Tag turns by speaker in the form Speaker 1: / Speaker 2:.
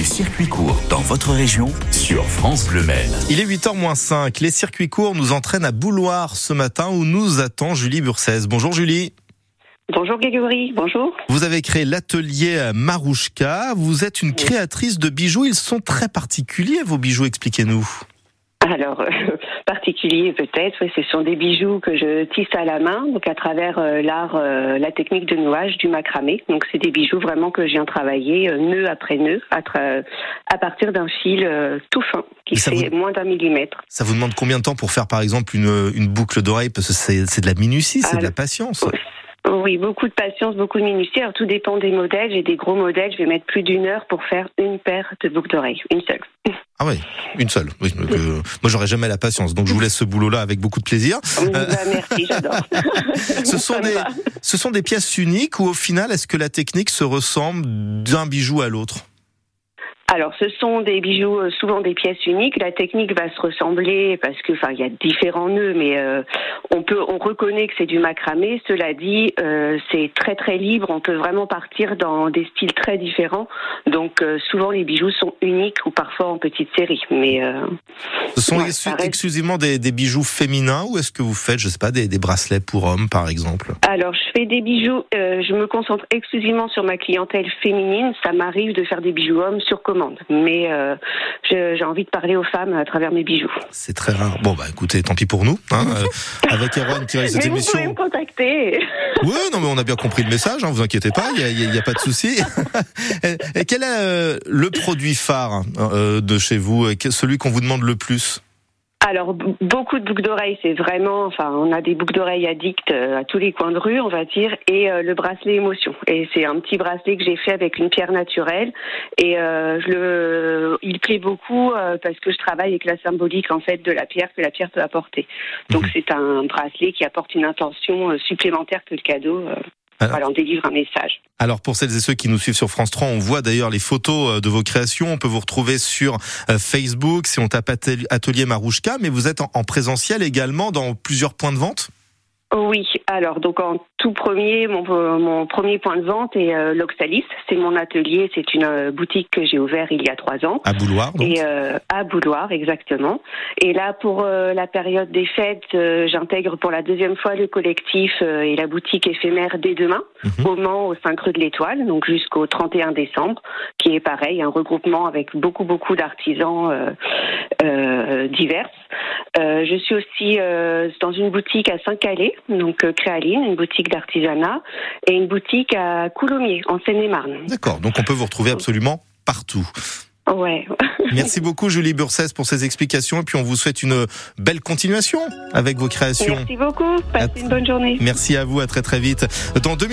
Speaker 1: circuits courts dans votre région sur France Bleu Maine.
Speaker 2: Il est 8h-5. Les circuits courts nous entraînent à Bouloir ce matin où nous attend Julie Bursès. Bonjour Julie.
Speaker 3: Bonjour Grégory, bonjour.
Speaker 2: Vous avez créé l'atelier Marouchka. Vous êtes une créatrice de bijoux. Ils sont très particuliers, vos bijoux. Expliquez-nous.
Speaker 3: Alors, particulier peut-être, oui, ce sont des bijoux que je tisse à la main, donc à travers la technique de nouage, du macramé. Donc c'est des bijoux vraiment que je viens travailler nœud après nœud, à partir d'un fil tout fin, qui fait moins d'1 millimètre.
Speaker 2: Ça vous demande combien de temps pour faire par exemple une boucle d'oreille? Parce que c'est de la minutie, c'est de la patience.
Speaker 3: Oui, beaucoup de patience, beaucoup de minutie. Alors tout dépend des modèles. J'ai des gros modèles, je vais mettre plus d'1 heure pour faire une paire de boucles d'oreilles, une seule.
Speaker 2: Ah oui, une seule. Oui, moi, j'aurais jamais la patience, donc je vous laisse ce boulot-là avec beaucoup de plaisir.
Speaker 3: Merci, j'adore.
Speaker 2: Ce sont des pièces uniques ou au final, est-ce que la technique se ressemble d'un bijou à l'autre?
Speaker 3: Alors, ce sont des bijoux, souvent des pièces uniques. La technique va se ressembler parce que, il y a différents nœuds, mais on reconnaît que c'est du macramé. Cela dit, c'est très très libre. On peut vraiment partir dans des styles très différents. Donc, souvent les bijoux sont uniques ou parfois en petite série. Mais
Speaker 2: ce sont exclusivement des bijoux féminins ou est-ce que vous faites, je sais pas, des bracelets pour hommes, par exemple?
Speaker 3: Alors, je fais des bijoux. Je me concentre exclusivement sur ma clientèle féminine. Ça m'arrive de faire des bijoux hommes sur commande. Mais j'ai envie de parler aux femmes à travers mes bijoux.
Speaker 2: C'est très rare. Bon, écoutez, tant pis pour nous. Avec Erwan qui réalise cette émission.
Speaker 3: Vous pouvez me contacter.
Speaker 2: Oui, non, mais on a bien compris le message. Vous inquiétez pas, il y a pas de souci. Et quel est le produit phare de chez vous, celui qu'on vous demande le plus?
Speaker 3: Alors, beaucoup de boucles d'oreilles, c'est vraiment, on a des boucles d'oreilles addictes à tous les coins de rue, on va dire, et le bracelet émotion. Et c'est un petit bracelet que j'ai fait avec une pierre naturelle, et il plaît beaucoup parce que je travaille avec la symbolique, en fait, de la pierre que la pierre peut apporter. Donc, c'est un bracelet qui apporte une intention supplémentaire que le cadeau. On délivre un message.
Speaker 2: Alors pour celles et ceux qui nous suivent sur France 3, on voit d'ailleurs les photos de vos créations. On peut vous retrouver sur Facebook si on tape Atelier Marouchka, mais vous êtes en présentiel également dans plusieurs points de vente?
Speaker 3: Oui, alors donc en tout premier, mon premier point de vente est l'Oxalis. C'est mon atelier, c'est une boutique que j'ai ouverte il y a 3 ans.
Speaker 2: À Bouloir, donc. Et
Speaker 3: à Bouloir, exactement. Et là, pour la période des fêtes, j'intègre pour la 2e fois le collectif et la boutique éphémère dès demain, au Mans, au 5 rue de l'Étoile, donc jusqu'au 31 décembre, qui est pareil, un regroupement avec beaucoup d'artisans divers. Je suis aussi dans une boutique à Saint-Calais, donc Créaline, une boutique d'artisanat, et une boutique à Coulommiers, en Seine-et-Marne.
Speaker 2: D'accord, donc on peut vous retrouver absolument partout.
Speaker 3: Ouais.
Speaker 2: Merci beaucoup Julie Bursès pour ces explications et puis on vous souhaite une belle continuation avec vos créations.
Speaker 3: Merci beaucoup, passez une bonne journée.
Speaker 2: Merci à vous, à très très vite. Dans